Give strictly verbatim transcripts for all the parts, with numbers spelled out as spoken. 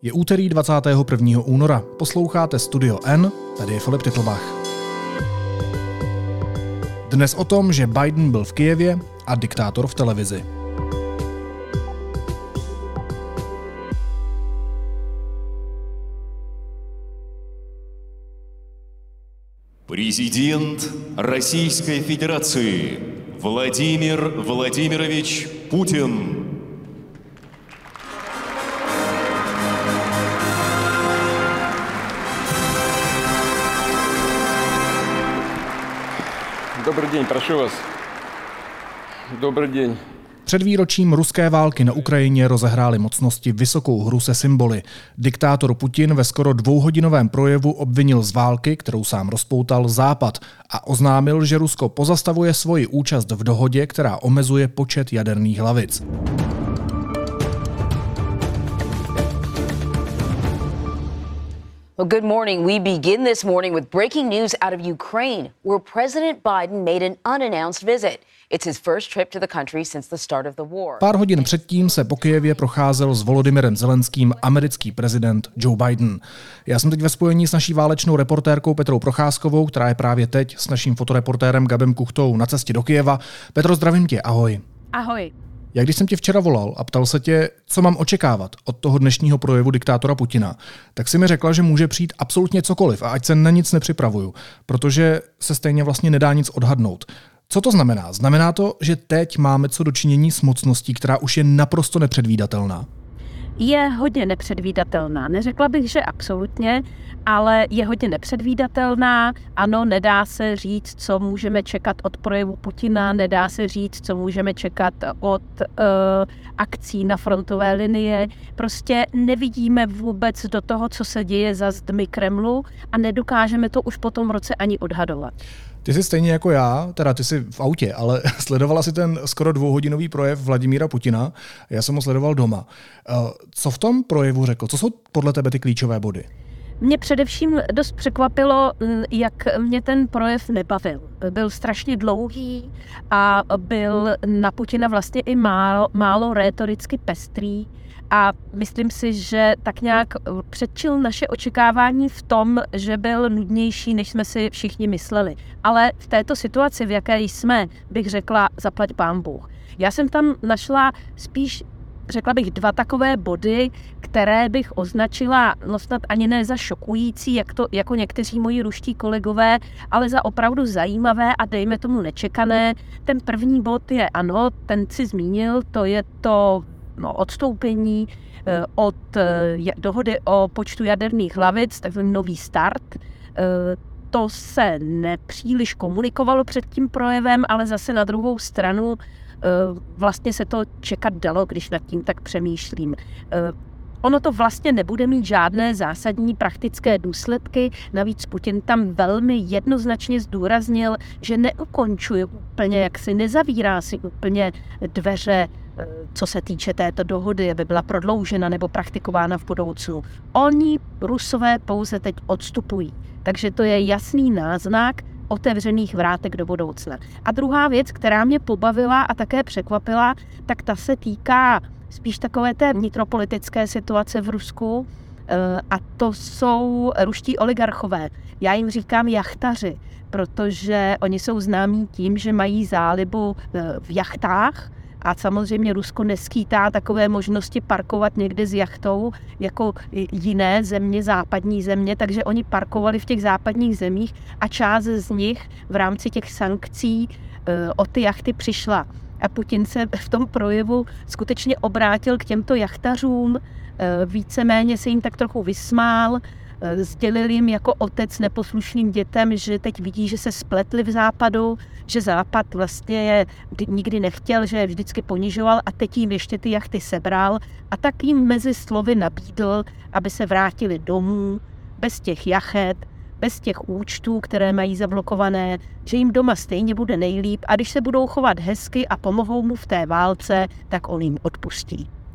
Je úterý dvacátého prvního února. Posloucháte Studio N, tady je Filip Titlbach. Dnes o tom, že Biden byl v Kyjevě a diktátor v televizi. Президент Российской Федерации Владимир Владимирович Путин. Dobrý den, proшу vás. Dobrý den. Před výročím ruské války na Ukrajině rozehrály mocnosti vysokou hru se symboly. Diktátor Putin ve skoro dvouhodinovém projevu obvinil z války, kterou sám rozpoutal, Západ a oznámil, že Rusko pozastavuje svoji účast v dohodě, která omezuje počet jaderných hlavic. Well, good morning. We begin this morning with breaking news out of Ukraine, where President Biden made an unannounced visit. It's his first trip to the country since the start of the war. Pár hodin předtím se po Kyjevě procházel s Volodymyrem Zelenským americký prezident Joe Biden. Já jsem teď ve spojení s naší válečnou reportérkou Petrou Procházkovou, která je právě teď s naším fotoreportérem Gabem Kuchtou na cestě do Kyjeva. Petro, zdravím tě, ahoj. Ahoj. Jak když jsem tě včera volal a ptal se tě, co mám očekávat od toho dnešního projevu diktátora Putina, tak si mi řekla, že může přijít absolutně cokoliv a ať se na nic nepřipravuju, protože se stejně vlastně nedá nic odhadnout. Co to znamená? Znamená to, že teď máme co dočinění s mocností, která už je naprosto nepředvídatelná? Je hodně nepředvídatelná. Neřekla bych, že absolutně, ale je hodně nepředvídatelná. Ano, nedá se říct, co můžeme čekat od projevu Putina, nedá se říct, co můžeme čekat od uh, akcí na frontové linie. Prostě nevidíme vůbec do toho, co se děje za zdmi Kremlu a nedokážeme to už po tom roce ani odhadovat. Ty jsi stejně jako já, teda ty jsi v autě, ale sledovala si ten skoro dvouhodinový projev Vladimíra Putina. Já jsem ho sledoval doma. Co v tom projevu řekl? Co jsou podle tebe ty klíčové body? Mě především dost překvapilo, jak mě ten projev nebavil. Byl strašně dlouhý a byl na Putina vlastně i málo, málo rétoricky pestrý. A myslím si, že tak nějak předčil naše očekávání v tom, že byl nudnější, než jsme si všichni mysleli. Ale v této situaci, v jaké jsme, bych řekla, zaplať pán Bůh. Já jsem tam našla spíš, řekla bych, dva takové body, které bych označila, no snad ani ne za šokující, jak to, jako někteří moji ruští kolegové, ale za opravdu zajímavé a dejme tomu nečekané. Ten první bod je, ano, ten si zmínil, to je to No, odstoupení od dohody o počtu jaderných hlavic, takzvaný nový start. To se nepříliš komunikovalo před tím projevem, ale zase na druhou stranu vlastně se to čekat dalo, když nad tím tak přemýšlím. Ono to vlastně nebude mít žádné zásadní praktické důsledky, navíc Putin tam velmi jednoznačně zdůraznil, že neukončuje úplně, jak si nezavírá si úplně dveře, co se týče této dohody, aby byla prodloužena nebo praktikována v budoucnu. Oni, Rusové, pouze teď odstupují. Takže to je jasný náznak otevřených vrátek do budoucna. A druhá věc, která mě pobavila a také překvapila, tak ta se týká spíš takové té vnitropolitické situace v Rusku, a to jsou ruští oligarchové. Já jim říkám jachtaři, protože oni jsou známí tím, že mají zálibu v jachtách a samozřejmě Rusko neskýtá takové možnosti parkovat někde s jachtou jako jiné země, západní země, takže oni parkovali v těch západních zemích a část z nich v rámci těch sankcí o ty jachty přišla. A Putin se v tom projevu skutečně obrátil k těmto jachtařům, víceméně se jim tak trochu vysmál, sdělil jim jako otec neposlušným dětem, že teď vidí, že se spletli v západu, že západ vlastně je nikdy nechtěl, že je vždycky ponižoval a teď jim ještě ty jachty sebral a tak jim mezi slovy nabídl, aby se vrátili domů bez těch jachet, bez těch účtů, které mají zablokované, že jim doma stejně bude nejlíp a když se budou chovat hezky a pomohou mu v té válce, tak on jim odpustí.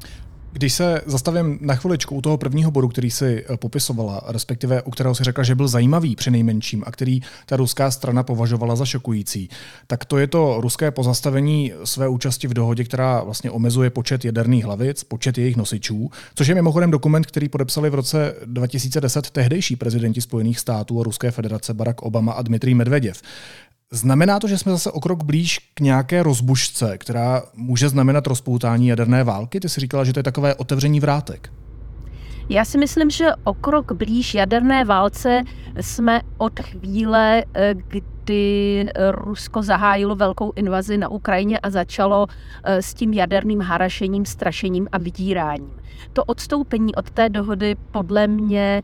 Když se zastavím na chviličku u toho prvního bodu, který si popisovala, respektive u kterého si řekla, že byl zajímavý přinejmenším a který ta ruská strana považovala za šokující, tak to je to ruské pozastavení své účasti v dohodě, která vlastně omezuje počet jaderných hlavic, počet jejich nosičů, což je mimochodem dokument, který podepsali v roce dva tisíce deset tehdejší prezidenti Spojených států a Ruské federace Barack Obama a Dmitrij Medveděv. Znamená to, že jsme zase o krok blíž k nějaké rozbušce, která může znamenat rozpoutání jaderné války? Ty jsi říkala, že to je takové otevření vrátek. Já si myslím, že o krok blíž jaderné válce jsme od chvíle, kdy Rusko zahájilo velkou invazi na Ukrajině a začalo s tím jaderným harašením, strašením a vydíráním. To odstoupení od té dohody podle mě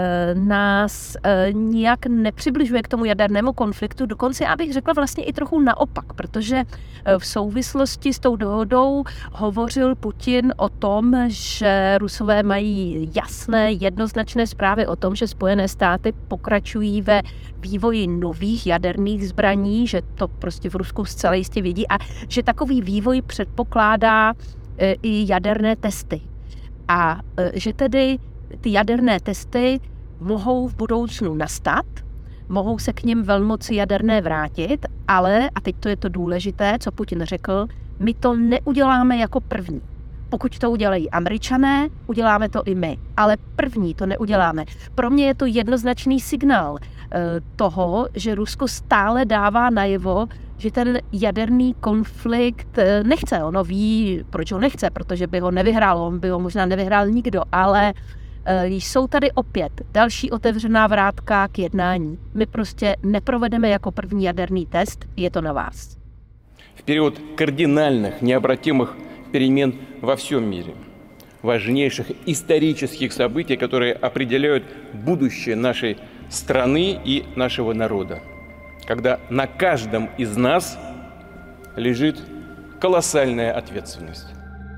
nás nijak nepřibližuje k tomu jadernému konfliktu, dokonce já bych řekla vlastně i trochu naopak, protože v souvislosti s tou dohodou hovořil Putin o tom, že Rusové mají jasné, jednoznačné zprávy o tom, že Spojené státy pokračují ve vývoji nových jaderných zbraní, že to prostě v Rusku zcela jistě vidí a že takový vývoj předpokládá i jaderné testy. A že tedy ty jaderné testy mohou v budoucnu nastat, mohou se k nim velmoci jaderné vrátit, ale, a teď to je to důležité, co Putin řekl, my to neuděláme jako první. Pokud to udělají Američané, uděláme to i my, ale první to neuděláme. Pro mě je to jednoznačný signál toho, že Rusko stále dává najevo, že ten jaderný konflikt nechce. Ono ví, proč ho nechce, protože by ho nevyhrál, on by ho možná nevyhrál nikdo, ale jsou tady opět další otevřená vrátka k jednání. My prostě neprovedeme jako první jaderný test, je to na vás. V период кардинальных, необратимых перемен во всем мире, важнейших исторических событий, которые определяют будущее нашей страны и нашего народа, когда на каждом из нас лежит колоссальная ответственность.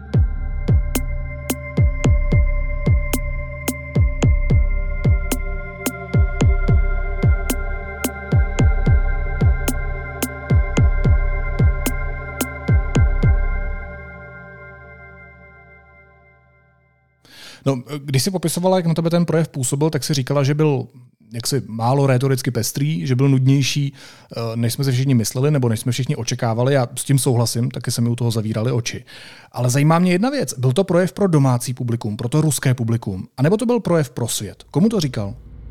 No, když si popisovala, jak na tebe ten projev působil, tak si říkala, že byl jaksi málo rétoricky pestrý, že byl nudnější, než jsme si všichni mysleli, nebo než jsme všichni očekávali. Já s tím souhlasím, taky se mi u toho zavíraly oči. Ale zajímá mě jedna věc. Byl to projev pro domácí publikum, pro to ruské publikum? A nebo to byl projev pro svět? Komu to říkal?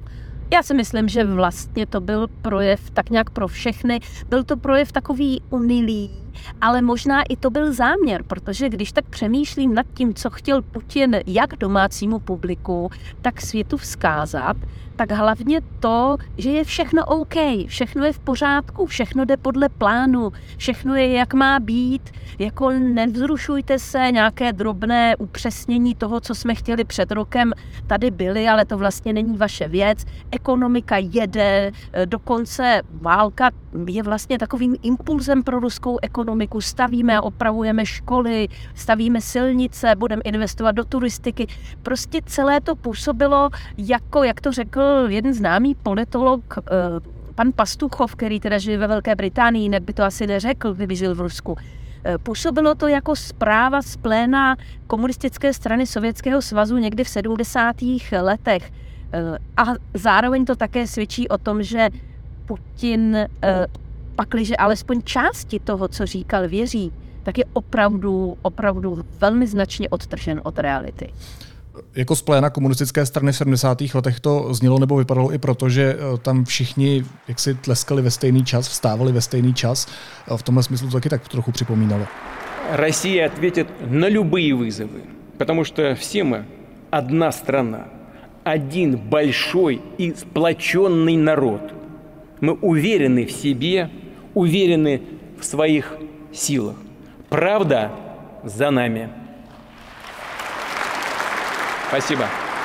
Já si myslím, že vlastně to byl projev tak nějak pro všechny. Byl to projev takový unilý, ale možná i to byl záměr, protože když tak přemýšlím nad tím, co chtěl Putin jak domácímu publiku, tak světu vzkázat, tak hlavně to, že je všechno OK, všechno je v pořádku, všechno jde podle plánu, všechno je jak má být, jako nevzrušujte se, nějaké drobné upřesnění toho, co jsme chtěli před rokem, tady byly, ale to vlastně není vaše věc, ekonomika jede, dokonce válka je vlastně takovým impulzem pro ruskou ekonomiku, stavíme a opravujeme školy, stavíme silnice, budeme investovat do turistiky, prostě celé to působilo jako, jak to řekl jeden známý politolog, pan Pastuchov, který teda žije ve Velké Británii, jinak by to asi neřekl, kdyby žil v Rusku. Působilo to jako zpráva z pléna komunistické strany Sovětského svazu někdy v sedmdesátých letech. A zároveň to také svědčí o tom, že Putin, pakliže alespoň části toho, co říkal, věří, tak je opravdu, opravdu velmi značně odtržen od reality. Jako z pléna komunistické strany v sedmdesátých letech to znělo nebo vypadalo i proto, že tam všichni jaksi tleskali ve stejný čas, vstávali ve stejný čas. V tomhle smyslu to taky tak trochu připomínalo. Россия ответит на любые вызовы, потому что все мы одна страна, один большой и сплоченный народ. Мы уверены в себе, уверены в своих силах. Правда за нами. Спасибо.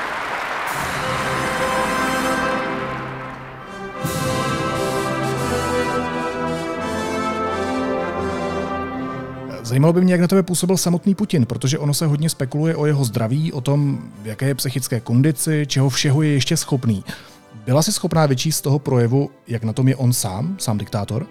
Zajímalo by mě, jak na tebe působil samotný Putin, protože ono se hodně spekuluje o jeho zdraví, o tom, jaké je psychické kondici, čeho všeho je ještě schopný. Byla jsi schopná vyčíst z toho projevu, jak na tom je on sám, sám diktátor?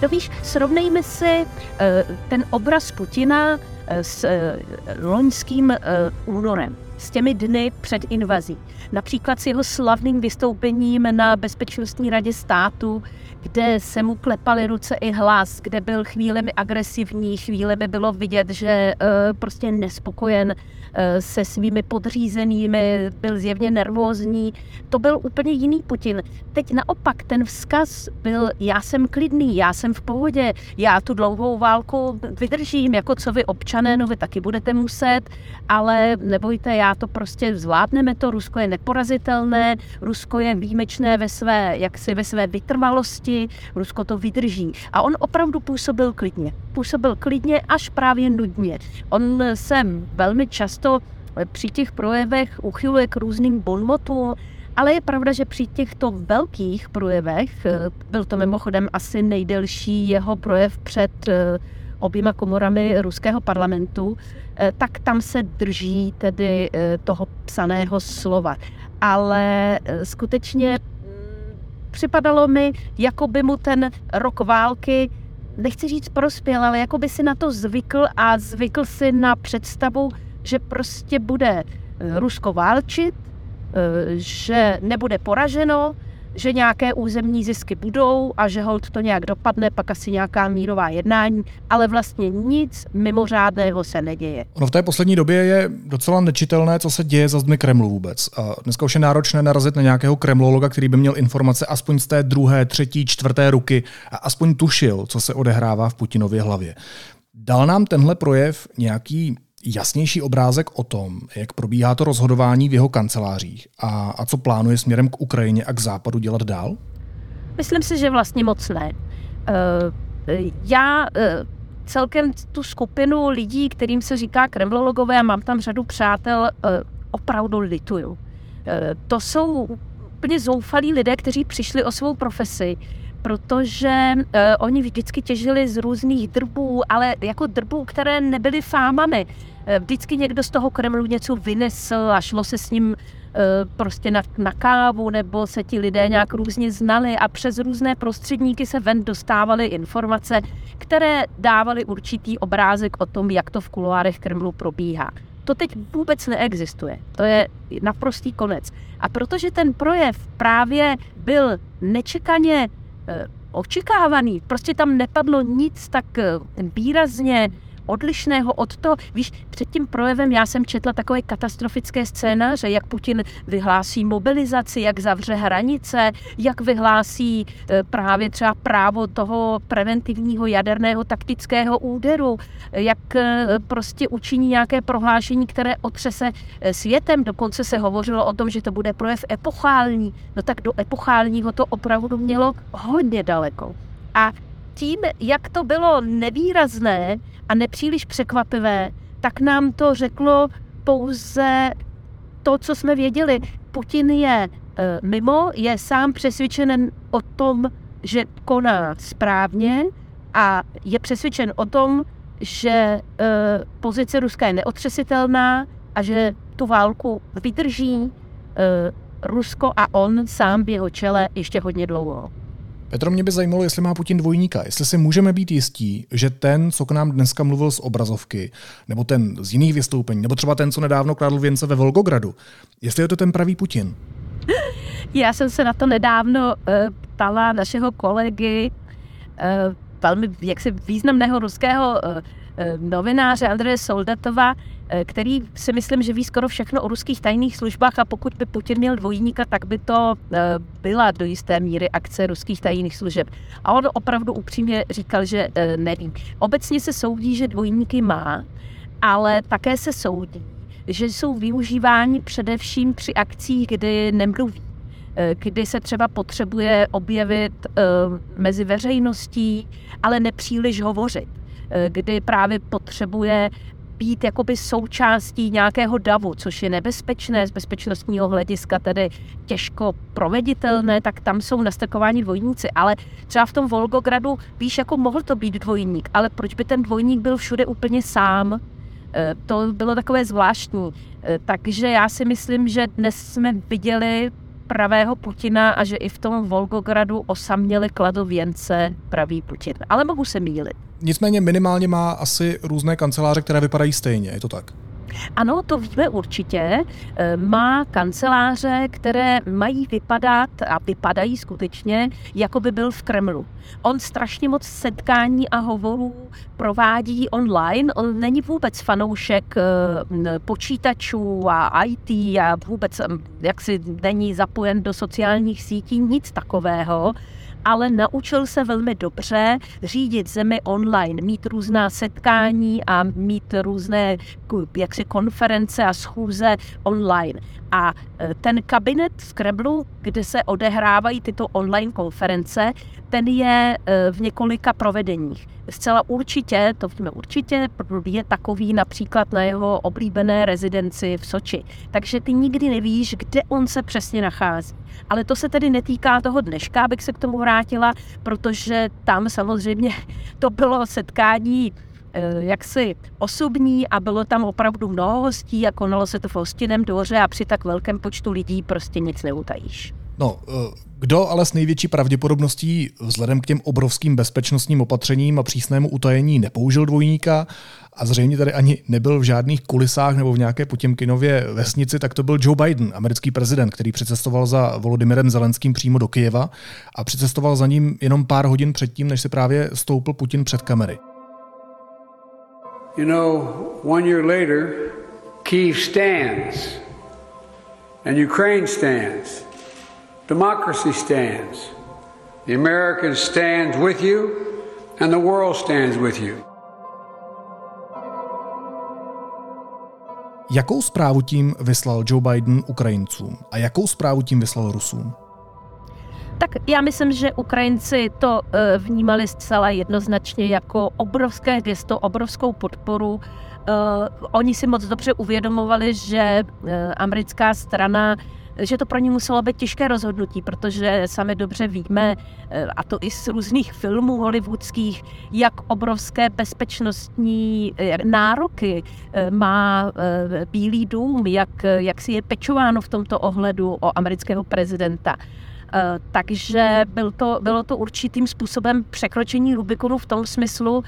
No víš, srovnejme si ten obraz Putina s loňským únorem, s těmi dny před invazí. Například s jeho slavným vystoupením na Bezpečnostní radě státu, kde se mu klepaly ruce i hlas, kde byl chvílemi agresivní, chvílemi bylo vidět, že uh, prostě je nespokojen uh, se svými podřízenými, byl zjevně nervózní. To byl úplně jiný Putin. Teď naopak ten vzkaz byl, já jsem klidný, já jsem v pohodě, já tu dlouhou válku vydržím, jako co vy občané, no vy taky budete muset, ale nebojte, já to prostě zvládneme to, Rusko je neporazitelné, Rusko je výjimečné ve své, jaksi ve své vytrvalosti, Rusko to vydrží. A on opravdu působil klidně. Působil klidně až právě nudně. On se velmi často při těch projevech uchyluje k různým bonmotům, ale je pravda, že při těchto velkých projevech, byl to mimochodem asi nejdelší jeho projev před oběma komorami ruského parlamentu, tak tam se drží tedy toho psaného slova. Ale skutečně připadalo mi, jako by mu ten rok války, nechci říct prospěl, ale jako by si na to zvykl a zvykl si na představu, že prostě bude Rusko válčit, že nebude poraženo, že nějaké územní zisky budou a že holt to nějak dopadne, pak asi nějaká mírová jednání, ale vlastně nic mimořádného se neděje. Ono v té poslední době je docela nečitelné, co se děje za zdmi Kremlu vůbec. A dneska už je náročné narazit na nějakého kremlologa, který by měl informace aspoň z té druhé, třetí, čtvrté ruky a aspoň tušil, co se odehrává v Putinově hlavě. Dal nám tenhle projev nějaký jasnější obrázek o tom, jak probíhá to rozhodování v jeho kancelářích a, a co plánuje směrem k Ukrajině a k západu dělat dál? Myslím si, že vlastně moc ne. Já celkem tu skupinu lidí, kterým se říká kremlologové, a mám tam řadu přátel, opravdu lituju. To jsou úplně zoufalí lidé, kteří přišli o svou profesi, protože uh, oni vždycky těžili z různých drbů, ale jako drbů, které nebyly fámami. Uh, vždycky někdo z toho Kremlu něco vynesl a šlo se s ním uh, prostě na, na kávu, nebo se ti lidé nějak různě znali a přes různé prostředníky se ven dostávaly informace, které dávaly určitý obrázek o tom, jak to v kuloárech Kremlu probíhá. To teď vůbec neexistuje. To je naprostý konec. A protože ten projev právě byl nečekaně očekávaný. Prostě tam nepadlo nic tak výrazně odlišného od toho. Víš, před tím projevem já jsem četla takové katastrofické scénáře, jak Putin vyhlásí mobilizaci, jak zavře hranice, jak vyhlásí právě třeba právo toho preventivního jaderného taktického úderu, jak prostě učiní nějaké prohlášení, které otřese světem. Dokonce se hovořilo o tom, že to bude projev epochální. No tak do epochálního to opravdu mělo hodně daleko. A tím, jak to bylo nevýrazné a nepříliš překvapivé, tak nám to řeklo pouze to, co jsme věděli. Putin je e, mimo, je sám přesvědčen o tom, že koná správně a je přesvědčen o tom, že e, pozice Ruska je neotřesitelná a že tu válku vydrží e, Rusko a on sám v jeho čele ještě hodně dlouho. Petro, mě by zajímalo, jestli má Putin dvojníka, jestli si můžeme být jistí, že ten, co k nám dneska mluvil z obrazovky, nebo ten z jiných vystoupení, nebo třeba ten, co nedávno kladl věnce ve Volgogradu, jestli je to ten pravý Putin. Já jsem se na to nedávno uh, ptala našeho kolegy, uh, velmi jaksi významného ruského uh, novináře Andreje Soldatova, který si myslím, že ví skoro všechno o ruských tajných službách a pokud by Putin měl dvojníka, tak by to byla do jisté míry akce ruských tajných služeb. A on opravdu upřímně říkal, že neví. Obecně se soudí, že dvojníky má, ale také se soudí, že jsou využíváni především při akcích, kdy nemluví, kdy se třeba potřebuje objevit mezi veřejností, ale nepříliš hovořit, kdy právě potřebuje být jakoby součástí nějakého davu, což je nebezpečné z bezpečnostního hlediska, tedy těžko proveditelné, tak tam jsou nastrkováni dvojníci. Ale třeba v tom Volgogradu, víš, jako mohl to být dvojník, ale proč by ten dvojník byl všude úplně sám? To bylo takové zvláštní. Takže já si myslím, že dnes jsme viděli pravého Putina a že i v tom Volgogradu osaměli kladl věnce pravý Putin. Ale mohu se mýlit. Nicméně minimálně má asi různé kanceláře, které vypadají stejně, je to tak? Ano, to víme určitě. Má kanceláře, které mají vypadat a vypadají skutečně, jako by byl v Kremlu. On strašně moc setkání a hovorů provádí online. On není vůbec fanoušek počítačů a í té a vůbec jaksi není zapojen do sociálních sítí, nic takového. Ale naučil se velmi dobře řídit zemi online, mít různá setkání a mít různé jaksi konference a schůze online. A ten kabinet v Kremlu, kde se odehrávají tyto online konference, ten je v několika provedeních. Zcela určitě, to víme určitě, je takový například na jeho oblíbené rezidenci v Soči. Takže ty nikdy nevíš, kde on se přesně nachází. Ale to se tedy netýká toho dneška, abych se k tomu vrátila, protože tam samozřejmě to bylo setkání jaksi osobní a bylo tam opravdu mnoho hostí a konalo se to v hostinném dvoře a při tak velkém počtu lidí prostě nic neutajíš. No, kdo ale s největší pravděpodobností vzhledem k těm obrovským bezpečnostním opatřením a přísnému utajení nepoužil dvojníka a zřejmě tady ani nebyl v žádných kulisách nebo v nějaké Potěmkinově vesnici, tak to byl Joe Biden, americký prezident, který přicestoval za Volodymyrem Zelenským přímo do Kyjeva a přicestoval za ním jenom pár hodin předtím, než se právě stoupil Putin před kamery. You know, one year later, Kyiv stands and Ukraine stands. Democracy stands. The Americans stand with you and the world stands with you. Jakou zprávu tím vyslal Joe Biden Ukrajincům a jakou zprávu tím vyslal Rusům? Tak já myslím, že Ukrajinci to vnímali zcela jednoznačně jako obrovské gesto, obrovskou podporu. Uh, oni si moc dobře uvědomovali, že uh, americká strana, že to pro ně muselo být těžké rozhodnutí, protože sami dobře víme, uh, a to i z různých filmů hollywoodských, jak obrovské bezpečnostní uh, nároky uh, má uh, Bílý dům, jak, jak si je pečováno v tomto ohledu o amerického prezidenta. Uh, takže byl to, bylo to určitým způsobem překročení Rubikonu v tom smyslu,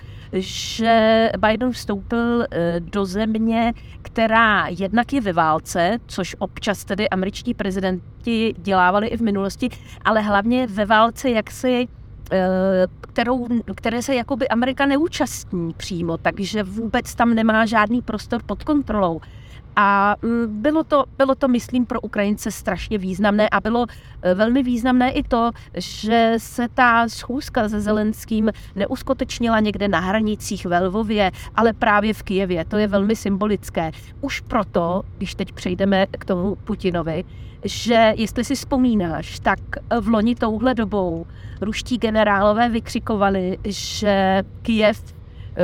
že Biden vstoupil uh, do země, která jednak je ve válce, což občas tedy američtí prezidenti dělávali i v minulosti, ale hlavně ve válce jaksi, uh, kterou, které se jakoby Amerika neúčastní přímo, takže vůbec tam nemá žádný prostor pod kontrolou. A bylo to, bylo to, myslím, pro Ukrajince strašně významné a bylo velmi významné i to, že se ta schůzka se Zelenským neuskutečnila někde na hranicích ve Lvově, ale právě v Kyjevě. To je velmi symbolické. Už proto, když teď přejdeme k tomu Putinovi, že jestli si vzpomínáš, tak v loni touhle dobou ruští generálové vykřikovali, že Kyjev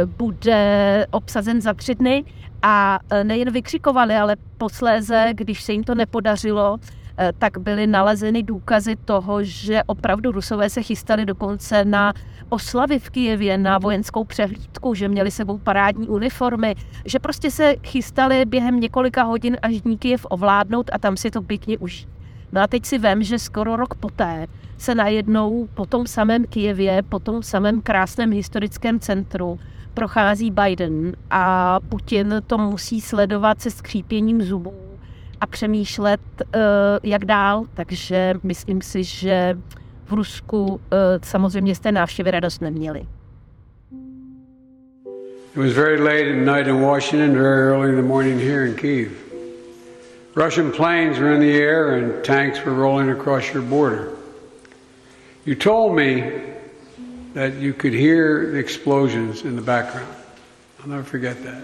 bude obsazen za tři dny a nejen vykřikovali, ale posléze, když se jim to nepodařilo, tak byly nalezeny důkazy toho, že opravdu Rusové se chystali dokonce na oslavy v Kyjevě, na vojenskou přehlídku, že měli sebou parádní uniformy, že prostě se chystali během několika hodin až dní Kyjev ovládnout a tam si to pěkně užít. No a teď si vem, že skoro rok poté se najednou po tom samém Kyjevě, po tom samém krásném historickém centru prochází Biden a Putin to musí sledovat se skřípěním zubů a přemýšlet, jak dál. Takže myslím si, že v Rusku samozřejmě z té návštěvy radost neměli. It was very late at night in Washington, very early in the morning here in Kyiv. Russian planes were in the air and tanks were rolling across your border. You told me that you could hear the explosions in the background. I'll never forget that.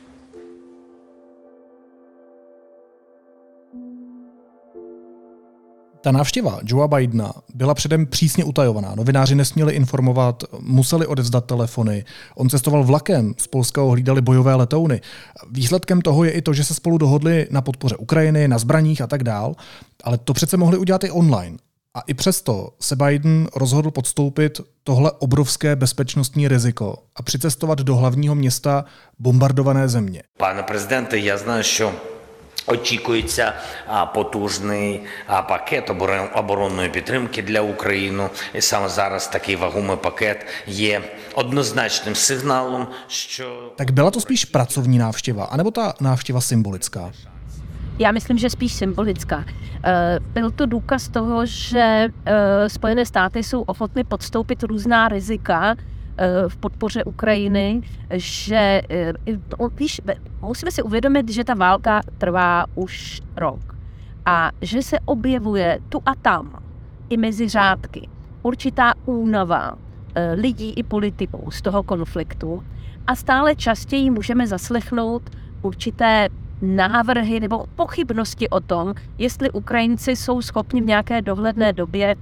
Ta návštěva Joea Bidena byla předem přísně utajovaná. Novináři nesměli informovat, museli odevzdat telefony. On cestoval vlakem, z Polska ho hlídali bojové letouny. Výsledkem toho je i to, že se spolu dohodli na podpoře Ukrajiny, na zbraních a tak dál. Ale to přece mohli udělat i online. A i přesto se Biden rozhodl podstoupit tohle obrovské bezpečnostní riziko a přicestovat do hlavního města bombardované země. Pane prezidente, já znám, že Очікується потужний пакет оборонної підтримки для України. І саме зараз такий вагомий пакет є однозначним сигналом, що... Tak byla to spíš pracovní návštěva, anebo ta návštěva symbolická? Já myslím, že spíš symbolická. Byl to důkaz toho, že Spojené státy jsou ochotny podstoupit různá rizika v podpoře Ukrajiny, že víš, musíme si uvědomit, že ta válka trvá už rok a že se objevuje tu a tam i mezi řádky určitá únava lidí i politiků z toho konfliktu a stále častěji můžeme zaslechnout určité návrhy nebo pochybnosti o tom, jestli Ukrajinci jsou schopni v nějaké dohledné době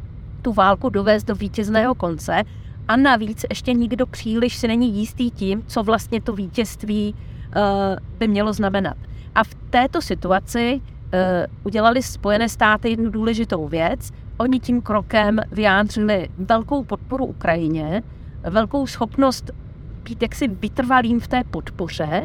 tu válku dovést do vítězného konce. A navíc ještě nikdo příliš si není jistý tím, co vlastně to vítězství uh, by mělo znamenat. A v této situaci uh, udělali Spojené státy jednu důležitou věc. Oni tím krokem vyjádřili velkou podporu Ukrajině, velkou schopnost být jaksi vytrvalým v té podpoře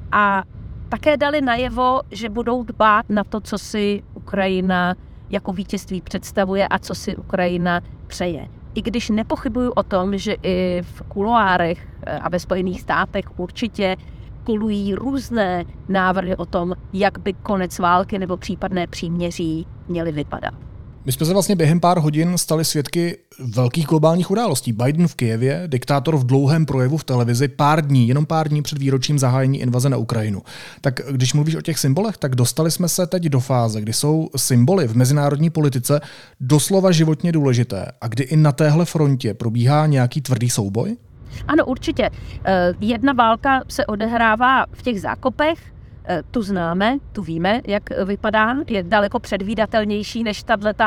a také dali najevo, že budou dbát na to, co si Ukrajina jako vítězství představuje a co si Ukrajina přeje. I když nepochybuju o tom, že i v kuloárech a ve Spojených státech určitě kolují různé návrhy o tom, jak by konec války nebo případné příměří měly vypadat. My jsme se vlastně během pár hodin stali svědky velkých globálních událostí. Biden v Kyjevě, diktátor v dlouhém projevu v televizi pár dní, jenom pár dní před výročím zahájení invaze na Ukrajinu. Tak když mluvíš o těch symbolech, tak dostali jsme se teď do fáze, kdy jsou symboly v mezinárodní politice doslova životně důležité a kdy i na téhle frontě probíhá nějaký tvrdý souboj? Ano, určitě. Jedna válka se odehrává v těch zákopech, tu známe, tu víme, jak vypadá, je daleko předvídatelnější než tato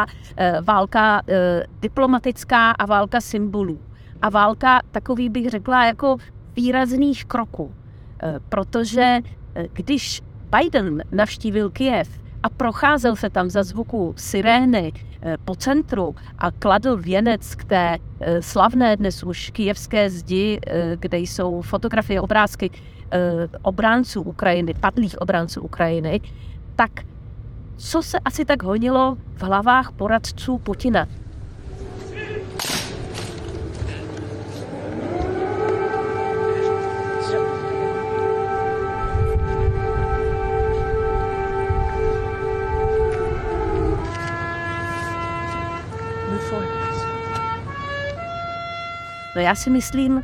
válka diplomatická a válka symbolů. A válka takový bych řekla jako výrazných kroků, protože když Biden navštívil Kyjev a procházel se tam za zvuku sirény po centru a kladl věnec k té slavné dnes už kyjevské zdi, kde jsou fotografie, obrázky obránců Ukrajiny, padlých obránců Ukrajiny, tak co se asi tak honilo v hlavách poradců Putina? No já si myslím,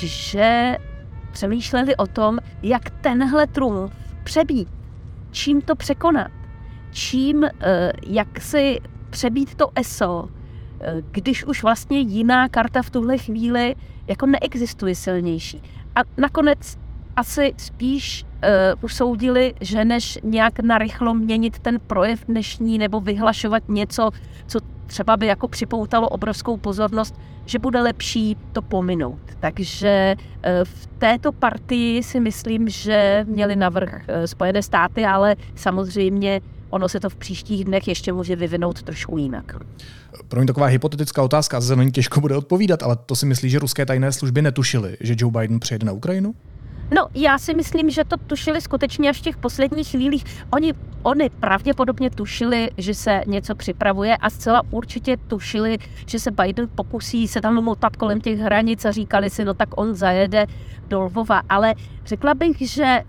že přemýšleli o tom, jak tenhle trumf přebít, čím to překonat, čím, jak si přebít to eso, když už vlastně jiná karta v tuhle chvíli jako neexistuje silnější. A nakonec asi spíš uh, usoudili, že než nějak narychlo měnit ten projev dnešní nebo vyhlašovat něco, co třeba by jako připoutalo obrovskou pozornost, že bude lepší to pominout. Takže uh, v této partii si myslím, že měli navrch uh, Spojené státy, ale samozřejmě ono se to v příštích dnech ještě může vyvinout trošku jinak. Pro mě taková hypotetická otázka, zase na ní těžko bude odpovídat, ale to si myslí, že ruské tajné služby netušily, že Joe Biden přijede na Ukrajinu? No, já si myslím, že to tušili skutečně až v těch posledních chvílích. Oni, oni pravděpodobně tušili, že se něco připravuje a zcela určitě tušili, že se Biden pokusí se tam motat kolem těch hranic a říkali si, no tak on zajede do Lvova. Ale řekla bych, že e,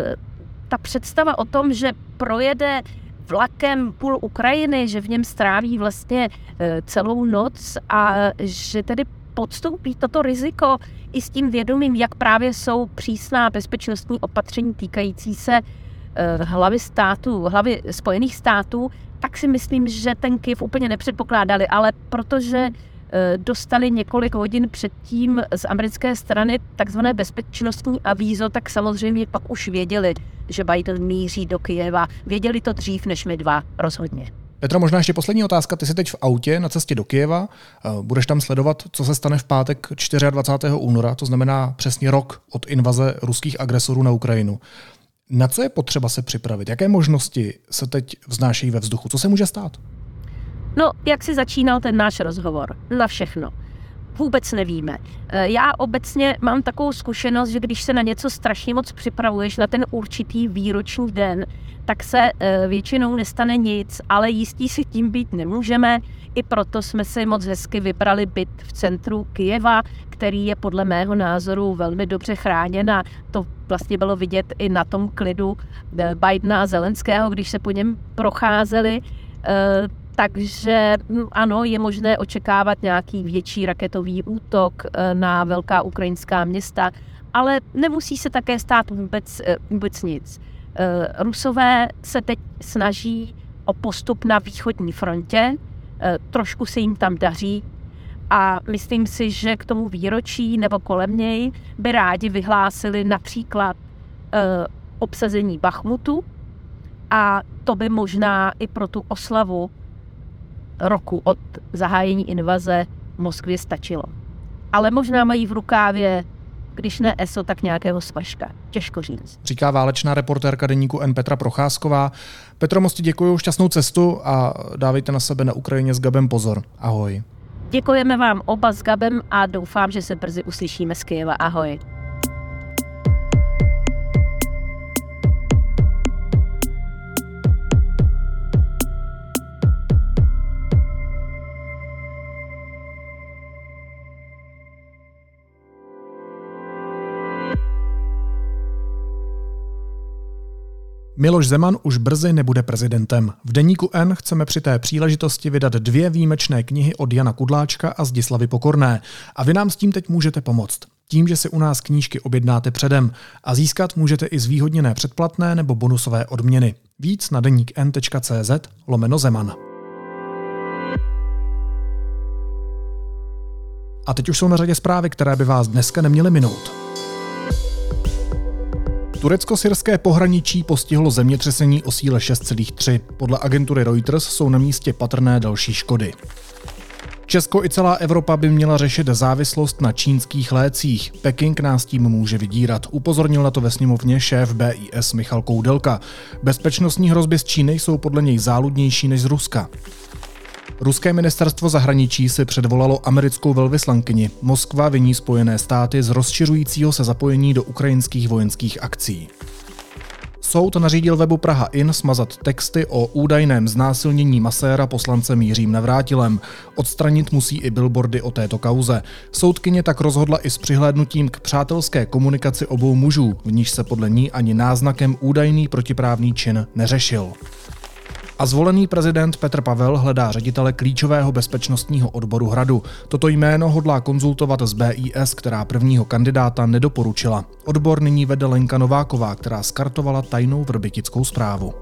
ta představa o tom, že projede vlakem půl Ukrajiny, že v něm stráví vlastně e, celou noc a že tedy podstoupí toto riziko i s tím vědomím, jak právě jsou přísná bezpečnostní opatření týkající se uh, hlavy státu, hlavy Spojených států, tak si myslím, že ten Kyjev úplně nepředpokládali, ale protože uh, dostali několik hodin předtím z americké strany takzvané bezpečnostní avízo, tak samozřejmě pak už věděli, že Biden míří do Kyjeva. Věděli to dřív než my dva, rozhodně. Petro, možná ještě poslední otázka. Ty jsi teď v autě na cestě do Kyjeva. Budeš tam sledovat, co se stane v pátek dvacátého čtvrtého února, to znamená přesně rok od invaze ruských agresorů na Ukrajinu. Na co je potřeba se připravit? Jaké možnosti se teď vznášejí ve vzduchu? Co se může stát? No, jak si začínal ten náš rozhovor? Na všechno. vůbec nevíme. Já obecně mám takovou zkušenost, že když se na něco strašně moc připravuješ, na ten určitý výroční den, tak se většinou nestane nic, ale jistí si tím být nemůžeme. I proto jsme si moc hezky vybrali byt v centru Kyjeva, který je podle mého názoru velmi dobře chráněn a to vlastně bylo vidět i na tom klidu Bidena a Zelenského, když se po něm procházeli. Takže ano, je možné očekávat nějaký větší raketový útok na velká ukrajinská města, ale nemusí se také stát vůbec, vůbec nic. Rusové se teď snaží o postup na východní frontě, trošku se jim tam daří a myslím si, že k tomu výročí nebo kolem něj by rádi vyhlásili například obsazení Bachmutu a to by možná i pro tu oslavu roku od zahájení invaze v Moskvě stačilo. Ale možná mají v rukávě, když ne eso, tak nějakého svažka. Těžko říct. Říká válečná reportérka deníku N Petra Procházková. Petro, moc ti děkuju, šťastnou cestu a dávejte na sebe na Ukrajině s Gabem pozor. Ahoj. Děkujeme vám oba s Gabem a doufám, že se brzy uslyšíme z Kyjeva. Ahoj. Miloš Zeman už brzy nebude prezidentem. V deníku N chceme při té příležitosti vydat dvě výjimečné knihy od Jana Kudláčka a Zdislavy Pokorné. A vy nám s tím teď můžete pomoct. Tím, že si u nás knížky objednáte předem a získat můžete i zvýhodněné předplatné nebo bonusové odměny. Víc na deník n tečka cé zet lomeno Zeman. A teď už jsou na řadě zprávy, které by vás dneska neměly minout. Turecko-syrské pohraničí postihlo zemětřesení o síle šest celá tři. Podle agentury Reuters jsou na místě patrné další škody. Česko i celá Evropa by měla řešit závislost na čínských lécích. Peking nás tím může vydírat. Upozornil na to ve sněmovně šéf B I S Michal Koudelka. Bezpečnostní hrozby z Číny jsou podle něj záludnější než z Ruska. Ruské ministerstvo zahraničí si předvolalo americkou velvyslankyni. Moskva viní Spojené státy z rozšiřujícího se zapojení do ukrajinských vojenských akcí. Soud nařídil webu Praha In smazat texty o údajném znásilnění maséra poslancem Jiřím Navrátilem. Odstranit musí i billboardy o této kauze. Soudkyně tak rozhodla i s přihlédnutím k přátelské komunikaci obou mužů, v níž se podle ní ani náznakem údajný protiprávní čin neřešil. A zvolený prezident Petr Pavel hledá ředitele klíčového bezpečnostního odboru Hradu. Toto jméno hodlá konzultovat s B I S, která prvního kandidáta nedoporučila. Odbor nyní vede Lenka Nováková, která skartovala tajnou vrbětickou zprávu.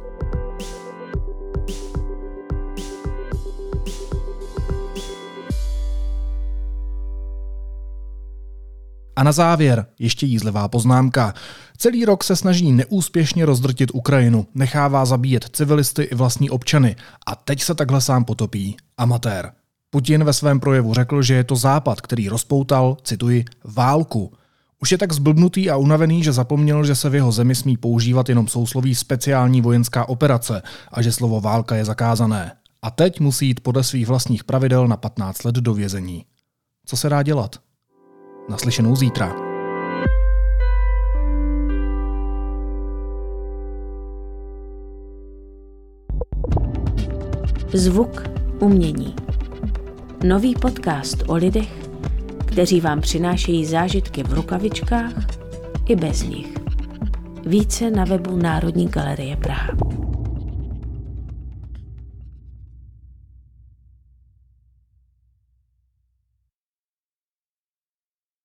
A na závěr ještě jízlivá poznámka. Celý rok se snaží neúspěšně rozdrtit Ukrajinu, nechává zabíjet civilisty i vlastní občany a teď se takhle sám potopí. Amatér. Putin ve svém projevu řekl, že je to Západ, který rozpoutal, cituji, válku. Už je tak zblbnutý a unavený, že zapomněl, že se v jeho zemi smí používat jenom sousloví speciální vojenská operace a že slovo válka je zakázané. A teď musí jít podle svých vlastních pravidel na patnáct let do vězení. Co se dá dělat? Naslyšenou zítra. Zvuk umění. Nový podcast o lidech, kteří vám přinášejí zážitky v rukavičkách i bez nich. Více na webu Národní galerie Praha.